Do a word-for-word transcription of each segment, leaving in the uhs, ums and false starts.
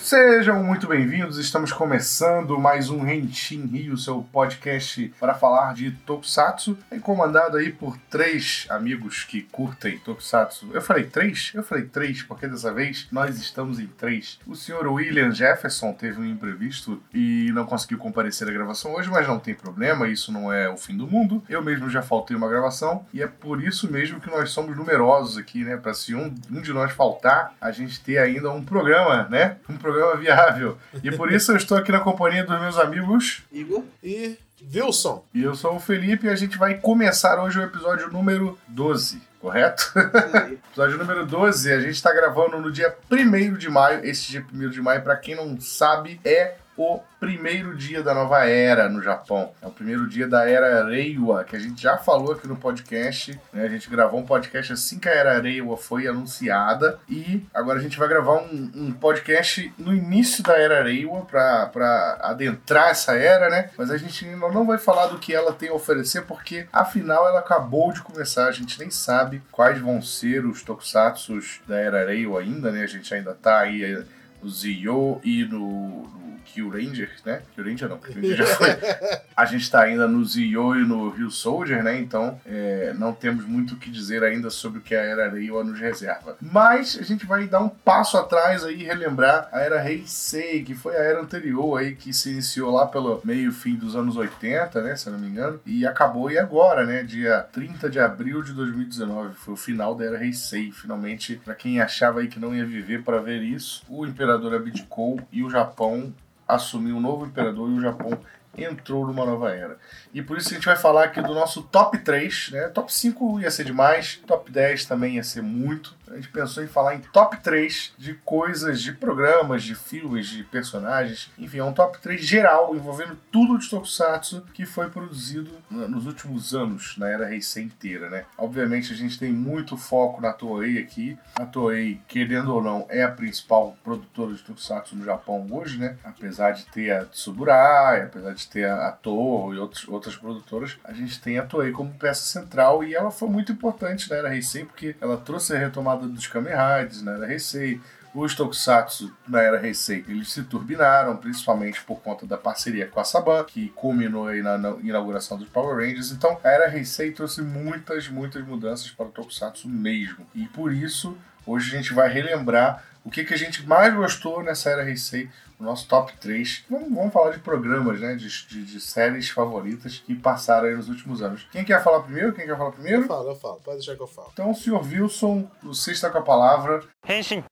Sejam muito bem-vindos, estamos começando mais um Henshin Rio, seu podcast para falar de Tokusatsu, comandado aí por três amigos que curtem Tokusatsu. Eu falei três? Eu falei três, porque dessa vez nós estamos em três. O senhor William Jefferson teve um imprevisto e não conseguiu comparecer à gravação hoje, mas não tem problema, isso não é o fim do mundo. Eu mesmo já faltei uma gravação e é por isso mesmo que nós somos numerosos aqui, né? Para se um, um de nós faltar, a gente ter ainda um programa, né? Um programa viável. E por isso eu estou aqui na companhia dos meus amigos Igor e Wilson. E eu sou o Felipe e a gente vai começar hoje o episódio número doze, correto? Episódio número doze, a gente está gravando no dia primeiro de maio. Esse dia primeiro de maio, para quem não sabe, é o primeiro dia da nova era no Japão. É o primeiro dia da era Reiwa, que a gente já falou aqui no podcast, né? A gente gravou um podcast assim que a era Reiwa foi anunciada e agora a gente vai gravar um, um podcast no início da era Reiwa para adentrar essa era, né? Mas a gente ainda não vai falar do que ela tem a oferecer porque afinal ela acabou de começar, a gente nem sabe quais vão ser os tokusatsus da era Reiwa ainda, né? A gente ainda tá aí no Zio e no, no Kyuranger, né? Kyuranger não, Kyuranger já foi. A gente tá ainda no Zio e no Rio Soldier, né? Então, é, não temos muito o que dizer ainda sobre o que a Era Reiwa nos reserva. Mas a gente vai dar um passo atrás aí e relembrar a Era Heisei, que foi a era anterior aí, que se iniciou lá pelo meio fim dos anos oitenta, né? Se eu não me engano. E acabou e agora, né? Dia trinta de abril de dois mil e dezenove. Foi o final da Era Heisei. Finalmente, pra quem achava aí que não ia viver para ver isso, o imperador abdicou e o Japão assumiu um novo imperador e o Japão entrou numa nova era. E por isso a gente vai falar aqui do nosso top três, né? Top cinco ia ser demais, top dez também ia ser muito. A gente pensou em falar em top três de coisas, de programas, de filmes, de personagens. Enfim, é um top três geral, envolvendo tudo de Tokusatsu que foi produzido nos últimos anos, na era Heisei inteira, né? Obviamente a gente tem muito foco na Toei aqui. A Toei, querendo ou não, é a principal produtora de Tokusatsu no Japão hoje, né? Apesar de ter a Tsuburai, apesar de ter a Toho e outros, outras produtoras, a gente tem a Toei como peça central e ela foi muito importante na era Heisei porque ela trouxe a retomada dos Kamen Riders na era Heisei. Os Tokusatsu na era Heisei, eles se turbinaram, principalmente por conta da parceria com a Saban, que culminou aí na, na inauguração dos Power Rangers. Então, a era Heisei trouxe muitas, muitas mudanças para o Tokusatsu mesmo. E por isso, hoje a gente vai relembrar o que, que a gente mais gostou nessa era Heisei, o nosso top três. Vamos, vamos falar de programas, né? De, de, de séries favoritas que passaram aí nos últimos anos. Quem quer falar primeiro? Quem quer falar primeiro? Eu falo, eu falo. Pode deixar que eu falo. Então, senhor Wilson, você está com a palavra. Henshin.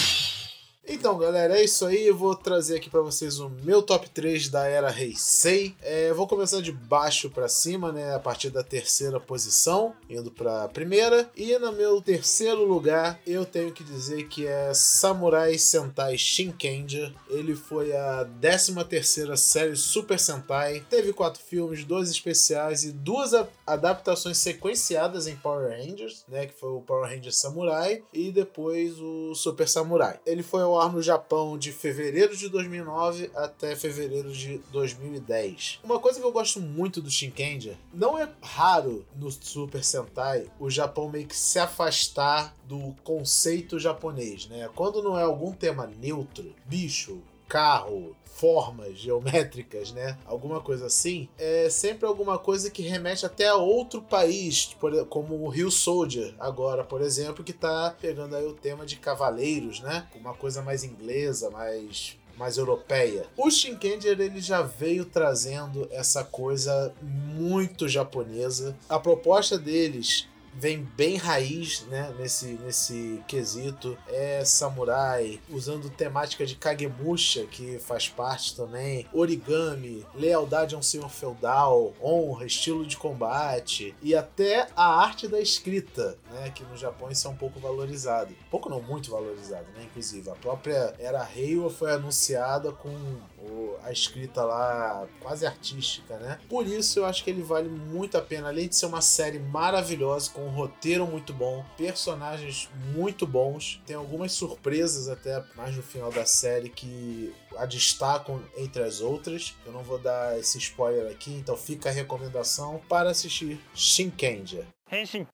Então, galera, é isso aí. Eu vou trazer aqui pra vocês o meu top três da era Heisei. É, eu vou começar de baixo pra cima, né? A partir da terceira posição, indo pra primeira. E no meu terceiro lugar, eu tenho que dizer que é Samurai Sentai Shinkenger. Ele foi a décima terceira série Super Sentai. Teve quatro filmes, dois especiais e duas a- adaptações sequenciadas em Power Rangers, né? Que foi o Power Rangers Samurai e depois o Super Samurai. Ele foi ao ar no Japão de fevereiro de dois mil e nove até fevereiro de dois mil e dez. Uma coisa que eu gosto muito do Shinkenger, não é raro no Super Sentai o Japão meio que se afastar do conceito japonês, né? Quando não é algum tema neutro, bicho, carro, formas geométricas, né? Alguma coisa assim, é sempre alguma coisa que remete até a outro país, como o Rio Soldier, agora, por exemplo, que tá pegando aí o tema de cavaleiros, né? Uma coisa mais inglesa, mais mais europeia. O Shinkenger, ele já veio trazendo essa coisa muito japonesa. A proposta deles vem bem raiz, né, nesse, nesse quesito. É samurai, usando temática de Kagemusha, que faz parte também, origami, lealdade a um senhor feudal, honra, estilo de combate e até a arte da escrita, né, que no Japão isso é um pouco valorizado. Pouco não, muito valorizado, né, inclusive. A própria Era Reiwa foi anunciada com o, a escrita lá quase artística, né. Por isso eu acho que ele vale muito a pena, além de ser uma série maravilhosa, com um roteiro muito bom, personagens muito bons, tem algumas surpresas até mais no final da série que a destacam entre as outras. Eu não vou dar esse spoiler aqui, então fica a recomendação para assistir Shinkenger. Henshin.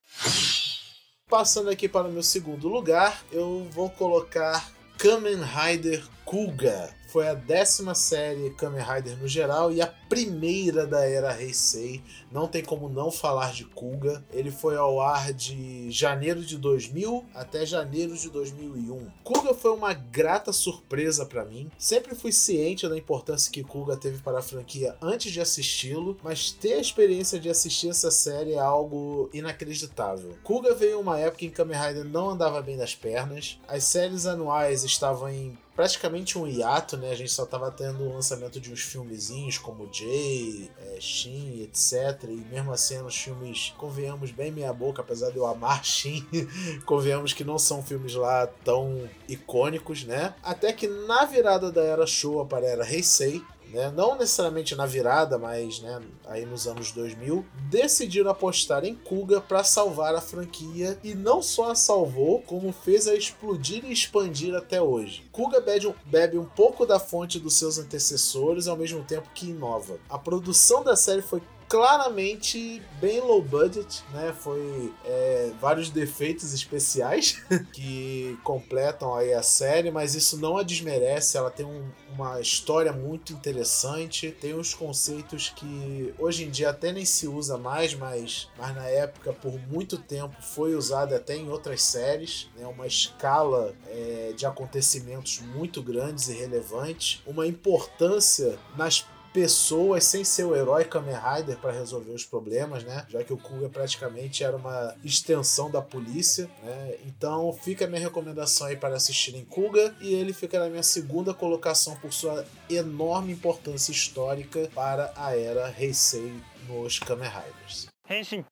Passando aqui para o meu segundo lugar, eu vou colocar Kamen Rider Kuga. Foi a décima série Kamen Rider no geral e a primeira da era Heisei. Não tem como não falar de Kuga. Ele foi ao ar de janeiro de dois mil até janeiro de dois mil e um. Kuga foi uma grata surpresa pra mim. Sempre fui ciente da importância que Kuga teve para a franquia antes de assisti-lo, mas ter a experiência de assistir essa série é algo inacreditável. Kuga veio em uma época em que Kamen Rider não andava bem das pernas. As séries anuais estavam em praticamente um hiato, né? A gente só tava tendo o lançamento de uns filmezinhos como Jay, é, Shin, etcétera. E mesmo assim, os filmes, convenhamos, bem meia boca, apesar de eu amar Shin, convenhamos que não são filmes lá tão icônicos, né? Até que na virada da era Showa para a era Heisei, né, não necessariamente na virada, mas né, aí nos anos dois mil, decidiram apostar em Kuga para salvar a franquia e não só a salvou, como fez a explodir e expandir até hoje. Kuga bebe um, bebe um pouco da fonte dos seus antecessores ao mesmo tempo que inova. A produção da série foi claramente bem low budget, né? Foi é, vários defeitos especiais que completam aí a série, mas isso não a desmerece. Ela tem um, uma história muito interessante, tem uns conceitos que hoje em dia até nem se usa mais, mas, mas na época por muito tempo foi usado até em outras séries, né? Uma escala é, de acontecimentos muito grandes e relevantes, uma importância nas pessoas sem ser o herói Kamen Rider para resolver os problemas, né? Já que o Kuga praticamente era uma extensão da polícia, né? Então fica a minha recomendação aí para assistirem Kuga, e ele fica na minha segunda colocação por sua enorme importância histórica para a era Heisei nos Kamen Riders. Henshin.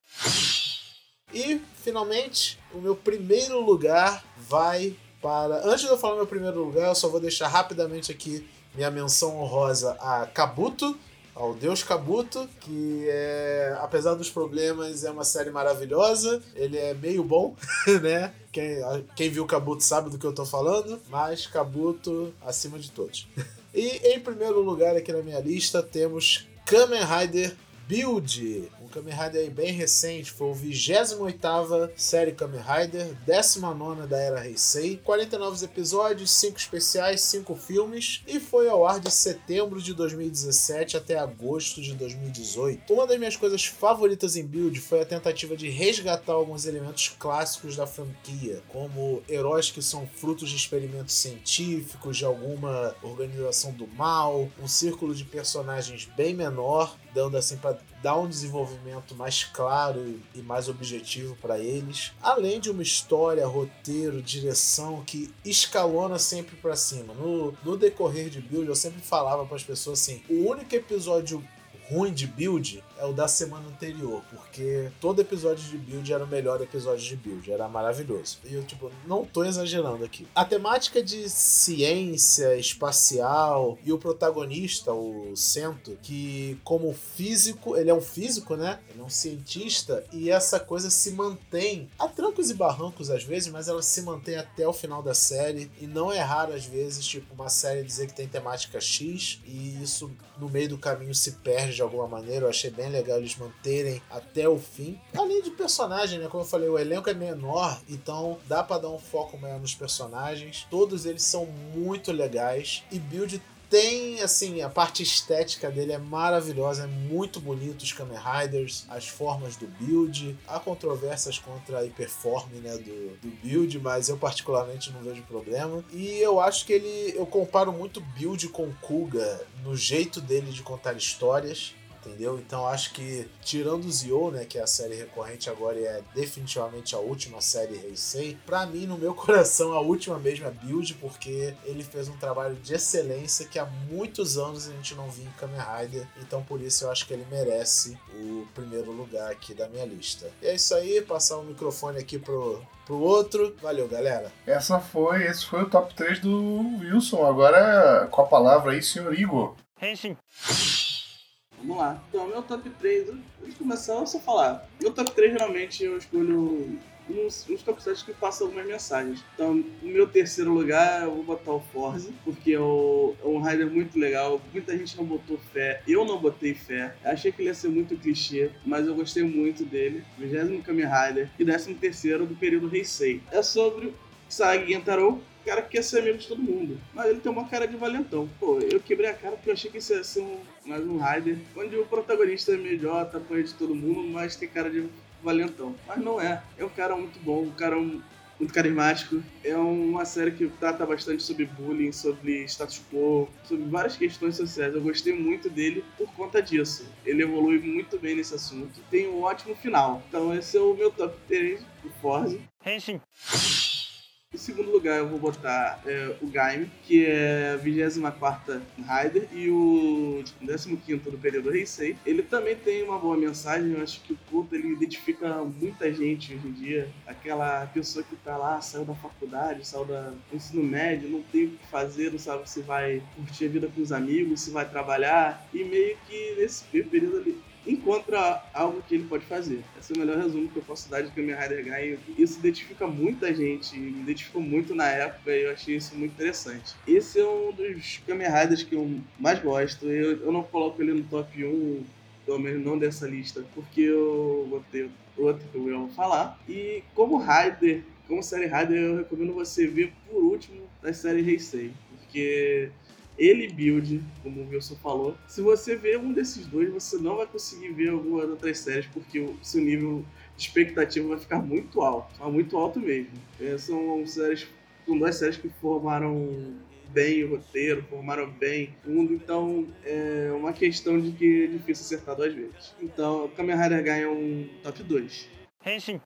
E, finalmente, o meu primeiro lugar vai para... Antes de eu falar meu primeiro lugar, eu só vou deixar rapidamente aqui minha menção honrosa a Kabuto, ao Deus Kabuto, que é, apesar dos problemas, é uma série maravilhosa. Ele é meio bom, né? Quem, quem viu Kabuto sabe do que eu tô falando, mas Kabuto acima de todos. E em primeiro lugar aqui na minha lista temos Kamen Rider Build, um Kamen Rider aí bem recente, foi o vigésima oitava série Kamen Rider, décima nona da era Heisei, quarenta e nove episódios, cinco especiais, cinco filmes, e foi ao ar de setembro de dois mil e dezessete até agosto de dois mil e dezoito. Uma das minhas coisas favoritas em Build foi a tentativa de resgatar alguns elementos clássicos da franquia, como heróis que são frutos de experimentos científicos, de alguma organização do mal, um círculo de personagens bem menor, dando assim para dar um desenvolvimento mais claro e mais objetivo para eles, além de uma história, roteiro, direção que escalona sempre para cima. No, no decorrer de Build, eu sempre falava para as pessoas assim: o único episódio ruim de Build é o da semana anterior, porque todo episódio de Build era o melhor episódio de Build, era maravilhoso. E eu, tipo, não tô exagerando aqui. A temática de ciência espacial e o protagonista, o Sento, que como físico, ele é um físico, né? Ele é um cientista, e essa coisa se mantém a trancos e barrancos às vezes, mas ela se mantém até o final da série, e não é raro às vezes, tipo, uma série dizer que tem temática X, e isso no meio do caminho se perde de alguma maneira. Eu achei bem legal eles manterem até o fim. Além de personagem, né? Como eu falei, o elenco é menor, então dá pra dar um foco maior nos personagens. Todos eles são muito legais. E Build tem, assim, a parte estética dele é maravilhosa, é muito bonito os Kamen Riders, as formas do Build, há controvérsias contra a Hyperform, né, do, do Build, mas eu particularmente não vejo problema. E eu acho que ele, eu comparo muito Build com Kuga no jeito dele de contar histórias, entendeu? Então acho que, tirando o Zio, né, que é a série recorrente agora e é definitivamente a última série Heisei, pra mim, no meu coração, a última mesmo é Build, porque ele fez um trabalho de excelência que há muitos anos a gente não via em Kamen Rider, então por isso eu acho que ele merece o primeiro lugar aqui da minha lista. E é isso aí, passar o microfone aqui pro, pro outro. Valeu, galera. Essa foi, esse foi o top três do Wilson. Agora, com a palavra aí, senhor Igor. Henshin. Vamos lá. Então, meu top três, antes de começar, eu só falar. Meu top três, geralmente, eu escolho uns, uns top sete que passam algumas mensagens. Então, no meu terceiro lugar, eu vou botar o Forze, porque é, o, é um rider muito legal. Muita gente não botou fé. Eu não botei fé. Achei que ele ia ser muito clichê, mas eu gostei muito dele. vigésimo Kamen Rider e décimo terceiro do período Heisei. É sobre Sagi Gentaro, cara que quer ser amigo de todo mundo. Mas ele tem uma cara de valentão. Pô, eu quebrei a cara porque eu achei que isso ia ser um, mais um Raider, onde o protagonista é idiota, apanha de todo mundo, mas tem cara de valentão. Mas não é. É um cara muito bom, um cara muito carismático. É uma série que trata bastante sobre bullying, sobre status quo, sobre várias questões sociais. Eu gostei muito dele por conta disso. Ele evolui muito bem nesse assunto. Tem um ótimo final. Então esse é o meu top três do Forza. Henshin. Em segundo lugar, eu vou botar é, o Gaime, que é a vigésima quarta Raider, e o décimo quinto do período Heisei. Ele também tem uma boa mensagem. Eu acho que o culto ele identifica muita gente hoje em dia. Aquela pessoa que tá lá, saiu da faculdade, saiu do ensino médio, não tem o que fazer, não sabe se vai curtir a vida com os amigos, se vai trabalhar, e meio que nesse período ali encontra algo que ele pode fazer. Esse é o melhor resumo que eu posso dar de Kamen Rider Gaim. Isso identifica muita gente, me identificou muito na época e eu achei isso muito interessante. Esse é um dos Kamen Riders que eu mais gosto. Eu, eu não coloco ele no top um, pelo menos não dessa lista, porque eu botei outro que eu ia falar. E como Rider, como série Rider, eu recomendo você ver por último da série Heisei, porque ele build, como o Wilson falou. Se você ver um desses dois, você não vai conseguir ver algumas outras séries, porque o seu nível de expectativa vai ficar muito alto. Muito alto mesmo. É, são séries, são duas séries que formaram bem o roteiro, formaram bem tudo, então é uma questão de que é difícil acertar duas vezes. Então, Kamen Rider ganha um top dois. Henshin.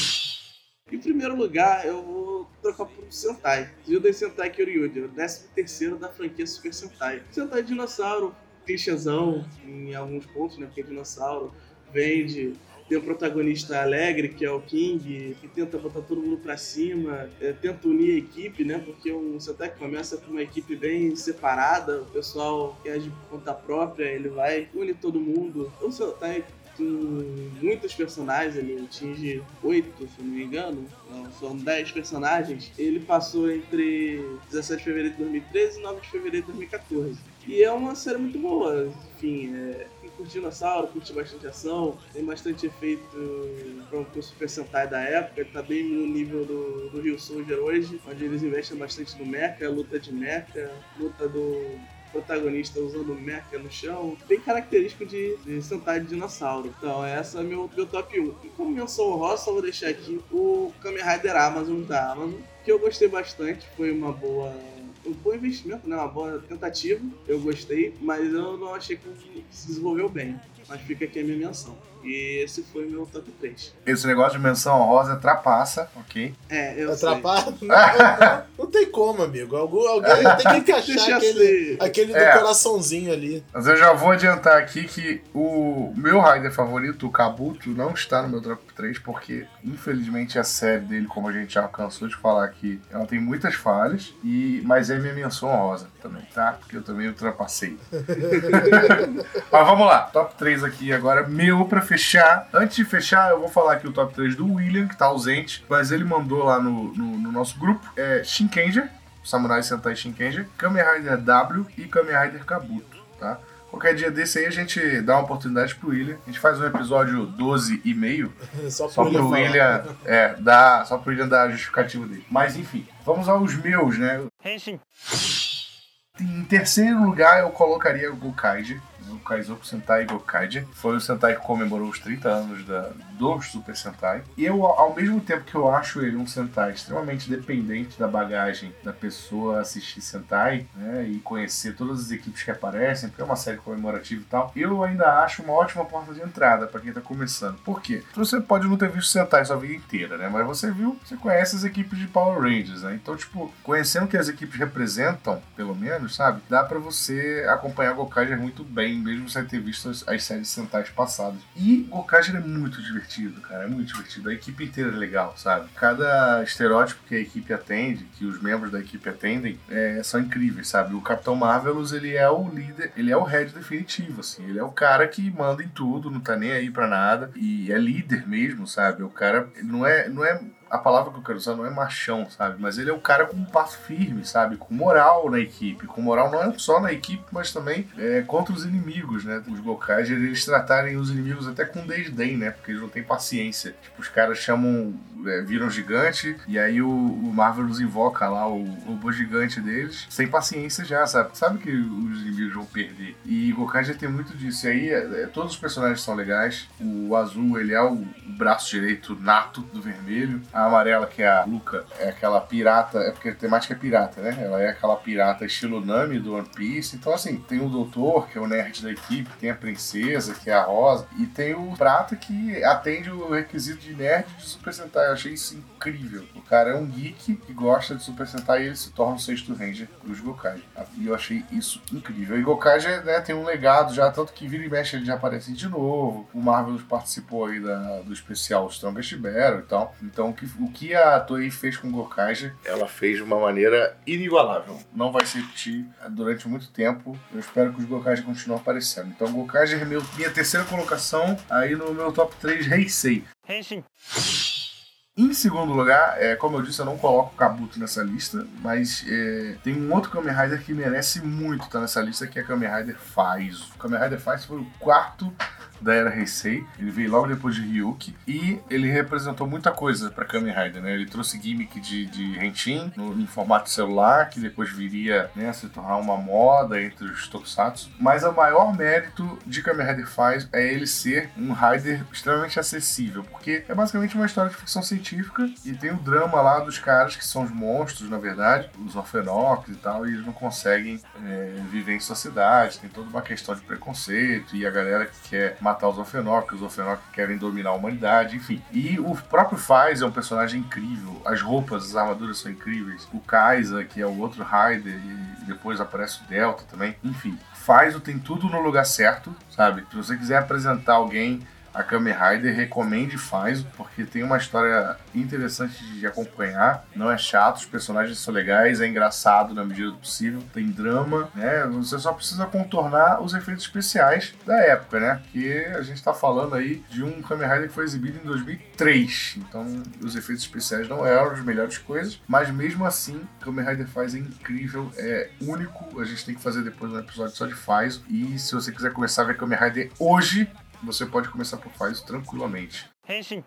Em primeiro lugar, eu vou trocar por um Sentai. Juden Sentai Kyoryuji, o décimo terceiro da franquia Super Sentai. Sentai dinossauro, clichêzão em alguns pontos, né? Porque dinossauro vende, tem o protagonista alegre, que é o King, que tenta botar todo mundo pra cima, é, tenta unir a equipe, né? Porque um Sentai que começa com uma equipe bem separada, o pessoal que age por conta própria, ele vai, une todo mundo. O Sentai tem muitos personagens, ele atinge oito, se não me engano, não, são dez personagens. Ele passou entre dezessete de fevereiro de dois mil e treze e nove de fevereiro de dois mil e quatorze. E é uma série muito boa, enfim, é, quem curte dinossauro, curte bastante ação, tem bastante efeito para o Super Sentai da época, ele tá bem no nível do, do Rio Soldier hoje, onde eles investem bastante no mecha, luta de mecha, luta do protagonista usando mecha no chão, bem característico de, de Sentai de dinossauro. Então, essa é meu, meu top um. E como menção honrosa, eu vou deixar aqui o Kamen Rider Amazon da Amazon, que eu gostei bastante, foi uma boa... um bom investimento, né? Uma boa tentativa, eu gostei, mas eu não achei que se desenvolveu bem. Mas fica aqui a minha menção. E esse foi o meu top três. Esse negócio de menção honrosa trapaça, ok? É, eu Atrapalha? Não, não, não tem como, amigo. Algum, alguém tem que encaixar aquele, aquele do é. coraçãozinho ali. Mas eu já vou adiantar aqui que o meu Rider favorito, o Kabuto, não está no meu top três, porque infelizmente a série dele, como a gente já cansou de falar aqui, ela tem muitas falhas, e, mas é minha menção honrosa também, tá? Porque eu também ultrapassei. Mas vamos lá, top três aqui agora, meu pra fechar. Antes de fechar, eu vou falar aqui o top três do William, que tá ausente, mas ele mandou lá no, no, no nosso grupo, é Shinkenger, Samurai Sentai Shinkenger, Kamen Rider W e Kamen Rider Kabuto, tá? Qualquer dia desse aí a gente dá uma oportunidade pro William. A gente faz um episódio doze e meio. Só pro só William, pro William é, dar, só pro William dar a justificativa dele. Mas enfim, vamos aos meus, né? Henshin. Em terceiro lugar eu colocaria o Gokaiger. O Kaizoku Sentai Gokaiger. Foi o Sentai que comemorou os trinta anos da, do Super Sentai. E eu, ao mesmo tempo que eu acho ele um Sentai extremamente dependente da bagagem da pessoa assistir Sentai, né, e conhecer todas as equipes que aparecem, porque é uma série comemorativa e tal, eu ainda acho uma ótima porta de entrada pra quem tá começando. Por quê? Você pode não ter visto Sentai sua vida inteira, né? Mas você viu, você conhece as equipes de Power Rangers, né? Então, tipo, conhecendo o que as equipes representam, pelo menos, sabe? Dá pra você acompanhar Gokaiger muito bem, mesmo sem ter visto as, as séries Sentais passadas. E Gokaiger é muito divertido, cara, é muito divertido. A equipe inteira é legal, sabe? Cada estereótipo que a equipe atende, que os membros da equipe atendem, é, são incríveis, sabe? O Capitão Marvelous, ele é o líder, ele é o head definitivo, assim. Ele é o cara que manda em tudo, não tá nem aí pra nada. E é líder mesmo, sabe? O cara não é... Não é a palavra que eu quero usar não é machão, sabe? Mas ele é o cara com um passo firme, sabe? Com moral na equipe. Com moral não só na equipe, mas também é, contra os inimigos, né? Os Gokaiger, eles tratarem os inimigos até com desdém, né? Porque eles não têm paciência. Tipo, os caras chamam, é, viram gigante, e aí o, o Marvelous invoca lá o robô gigante deles, sem paciência já, sabe? Sabe que os inimigos vão perder. E Gokaiger tem muito disso. E aí, é, todos os personagens são legais. O azul, ele é o, o braço direito nato do vermelho. A amarela, que é a Luca, é aquela pirata, é porque a temática é pirata, né? Ela é aquela pirata estilo Nami do One Piece. Então, assim, tem o doutor, que é o nerd da equipe, tem a princesa, que é a Rosa, e tem o prata, que atende o requisito de nerd de Super Sentai. Eu achei isso incrível. O cara é um geek que gosta de Super Sentai e ele se torna o sexto Ranger dos Gokaiger. E eu achei isso incrível. E Gokaiger, né, tem um legado já, tanto que vira e mexe ele já aparece de novo. O Marvelous participou aí da, do especial Strongest Battle e tal. Então, o que, o que a Toei fez com Gokaiger, ela fez de uma maneira inigualável. Não vai se repetir durante muito tempo. Eu espero que os Gokaiger continuem aparecendo. Então, Gokaiger é meu, minha terceira colocação aí no meu top três Heisei. Henshin. Em segundo lugar, é, como eu disse, eu não coloco o Kabuto nessa lista, mas é, tem um outro Kamen Rider que merece muito estar nessa lista, que é Kamen Rider Faizo. O Kamen Rider Faizo foi o quarto da era Heisei, ele veio logo depois de Ryuki, e ele representou muita coisa pra Kamen Rider, né? Ele trouxe gimmick de, de Henshin no, em formato celular, que depois viria, né, se tornar uma moda entre os tokusatsu, mas o maior mérito de Kamen Rider Faizo é ele ser um Rider extremamente acessível, porque é basicamente uma história de ficção científica, e tem o drama lá dos caras que são os monstros, na verdade, os Orphenox e tal, e eles não conseguem é, viver em sociedade, tem toda uma questão de preconceito, e a galera que quer matar os Orphenox, os Orphenox querem dominar a humanidade, enfim. E o próprio Faiz é um personagem incrível, as roupas, as armaduras são incríveis, o Kaisa, que é o outro Rider, e depois aparece o Delta também, enfim. Faizo tem tudo no lugar certo, sabe? Se você quiser apresentar alguém a Kamen Rider, recomende Faizo, porque tem uma história interessante de acompanhar, não é chato, os personagens são legais, é engraçado na medida do possível, tem drama, né? Você só precisa contornar os efeitos especiais da época, né? Porque a gente tá falando aí de um Kamen Rider que foi exibido em dois mil e três, então os efeitos especiais não eram as melhores coisas, mas mesmo assim, Kamen Rider Faizo é incrível, é único, a gente tem que fazer depois um episódio só de Faizo, e se você quiser começar a ver Kamen Rider hoje, você pode começar por Faizo tranquilamente. Henshin.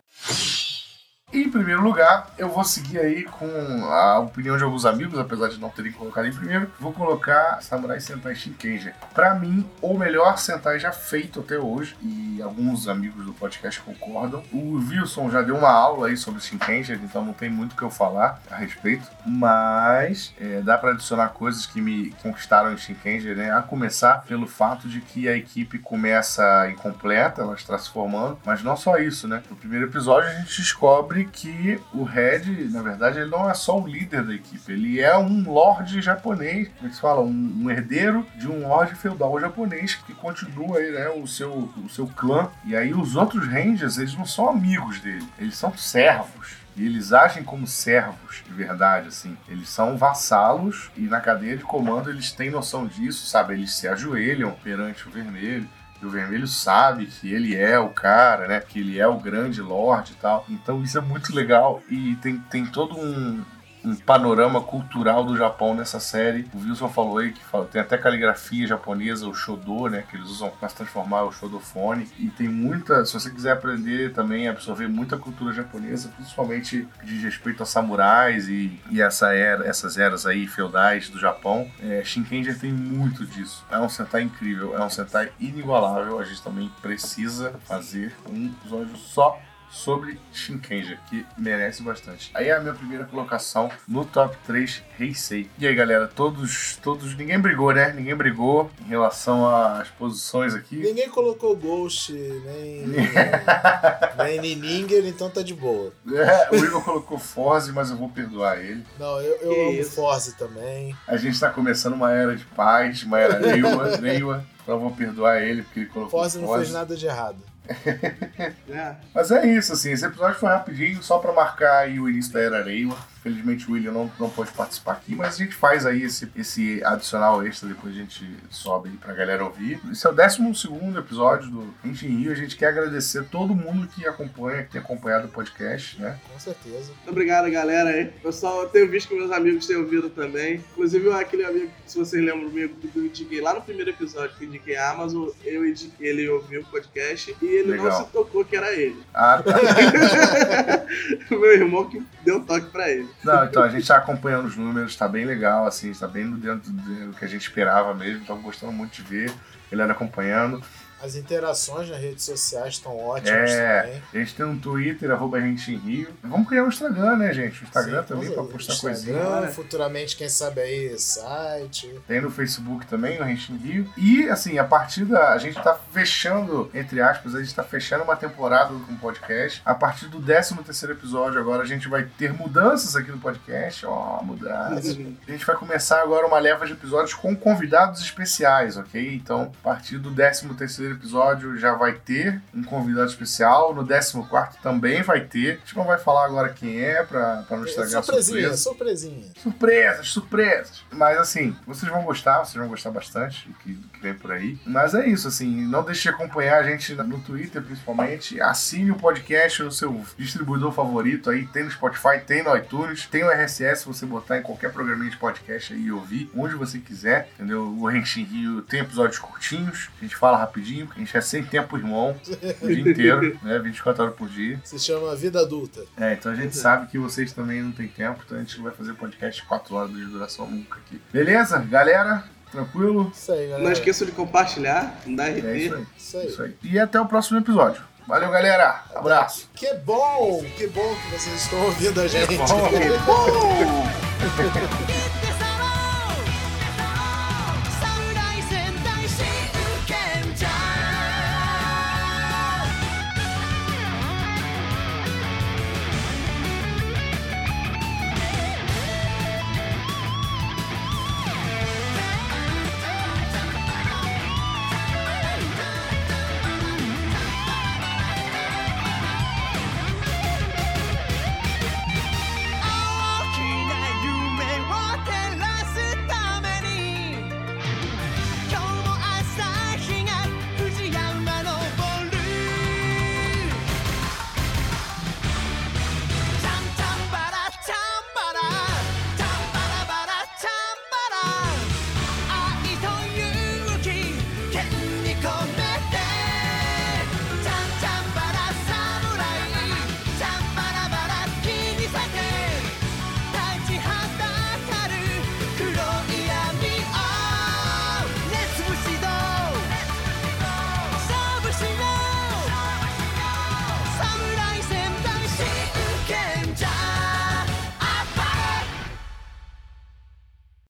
Em primeiro lugar, eu vou seguir aí com a opinião de alguns amigos, apesar de não terem colocado em primeiro. Vou colocar Samurai Sentai Shinkenger. Pra mim, o melhor Sentai já feito até hoje, e alguns amigos do podcast concordam. O Wilson já deu uma aula aí sobre Shinkenger, então não tem muito o que eu falar a respeito. Mas é, dá pra adicionar coisas que me conquistaram em Shinkenger, né? A começar pelo fato de que a equipe começa incompleta, ela está se formando. Mas não só isso, né? No primeiro episódio a gente descobre que o Red, na verdade, ele não é só o líder da equipe, ele é um lorde japonês, como é que se fala? Um, um herdeiro de um lorde feudal japonês que continua aí, né, o seu, o seu clã. E aí os outros Rangers, eles não são amigos dele, eles são servos. E eles agem como servos, de verdade, assim. Eles são vassalos e na cadeia de comando eles têm noção disso, sabe? Eles se ajoelham perante o vermelho. E o vermelho sabe que ele é o cara, né? Que ele é o grande lorde e tal. Então isso é muito legal. E tem, tem todo um, um panorama cultural do Japão nessa série. O Wilson falou aí que fala, tem até caligrafia japonesa, o Shodo, né? Que eles usam para se transformar o Shodofone. E tem muita... Se você quiser aprender também, absorver muita cultura japonesa, principalmente de respeito a samurais e, e essa era, essas eras aí feudais do Japão, é, Shinkenger tem muito disso. É um Sentai incrível, é um Sentai inigualável. A gente também precisa fazer um episódio só sobre Shinkenger, que merece bastante. Aí é a minha primeira colocação no top três Heisei. E aí, galera, todos, todos, ninguém brigou, né? Ninguém brigou em relação às posições aqui. Ninguém colocou Ghost, nem, nem Nininger, então tá de boa. É, o Igor colocou Forze, mas eu vou perdoar ele. Não, eu, eu amo Forze também. A gente tá começando uma era de paz, uma era Reiwa, Reiwa, então eu vou perdoar ele, porque ele colocou Forze. Forze não fez nada de errado. É. Mas é isso, assim, esse episódio foi rapidinho, só pra marcar aí o início da era Reiwa. Infelizmente o William não, não pode participar aqui, mas a gente faz aí esse, esse adicional extra, depois a gente sobe aí pra galera ouvir. Esse é o décimo segundo episódio do Renshin Rio. A gente quer agradecer a todo mundo que acompanha, que tem acompanhado o podcast, né? Com certeza. Muito obrigado, galera. Aí. Pessoal, eu tenho visto que meus amigos têm ouvido também. Inclusive, aquele amigo, se vocês lembram comigo, que eu indiquei lá no primeiro episódio, que eu indiquei a Amazon, eu indiquei, ele ouviu o podcast e ele Legal. não se tocou que era ele. Ah, tá. Meu irmão que deu toque pra ele. Não, então a gente tá acompanhando os números, tá bem legal, assim, tá bem dentro do que a gente esperava mesmo, estamos gostando muito de ver, galera acompanhando. As interações nas redes sociais estão ótimas É, também. a gente tem um Twitter, arroba Renshin Rio. Vamos criar um Instagram, né, gente? O Instagram Sim, também, com pra certeza. postar Instagram, coisinha. né? futuramente, quem sabe aí, site. Tem no Facebook também, o Renshin Rio. E, assim, a partir da... A gente tá fechando, entre aspas, a gente tá fechando uma temporada com o podcast. A partir do décimo terceiro episódio, agora a gente vai ter mudanças aqui no podcast. Ó, mudanças. A gente vai começar agora uma leva de episódios com convidados especiais, ok? Então, a partir do décimo terceiro episódio já vai ter um convidado especial. No décimo quarto também vai ter. A gente não vai falar agora quem é, pra, pra não estragar a Surpresinha, surpresa. surpresinha. Surpresas, surpresas. Mas assim, vocês vão gostar, vocês vão gostar bastante do que, do que vem por aí. Mas é isso, assim, não deixe de acompanhar a gente no Twitter, principalmente. Assine o podcast no seu distribuidor favorito aí. Tem no Spotify, tem no iTunes, tem o R S S, você botar em qualquer programinha de podcast aí e ouvir, onde você quiser, entendeu? O Renshin Rio tem episódios curtinhos, a gente fala rapidinho, a gente é sem tempo, irmão, o dia inteiro, né? vinte e quatro horas por dia. Se chama Vida Adulta. É, então a gente sabe que vocês também não tem tempo, então a gente não vai fazer podcast de quatro horas de duração nunca aqui. Beleza? Galera, tranquilo? Isso aí, galera. Não esqueça de compartilhar, dar R T. É isso aí. Isso aí. Isso aí. E até o próximo episódio. Valeu, galera. Abraço. Que bom, que bom que vocês estão ouvindo a gente. Que bom.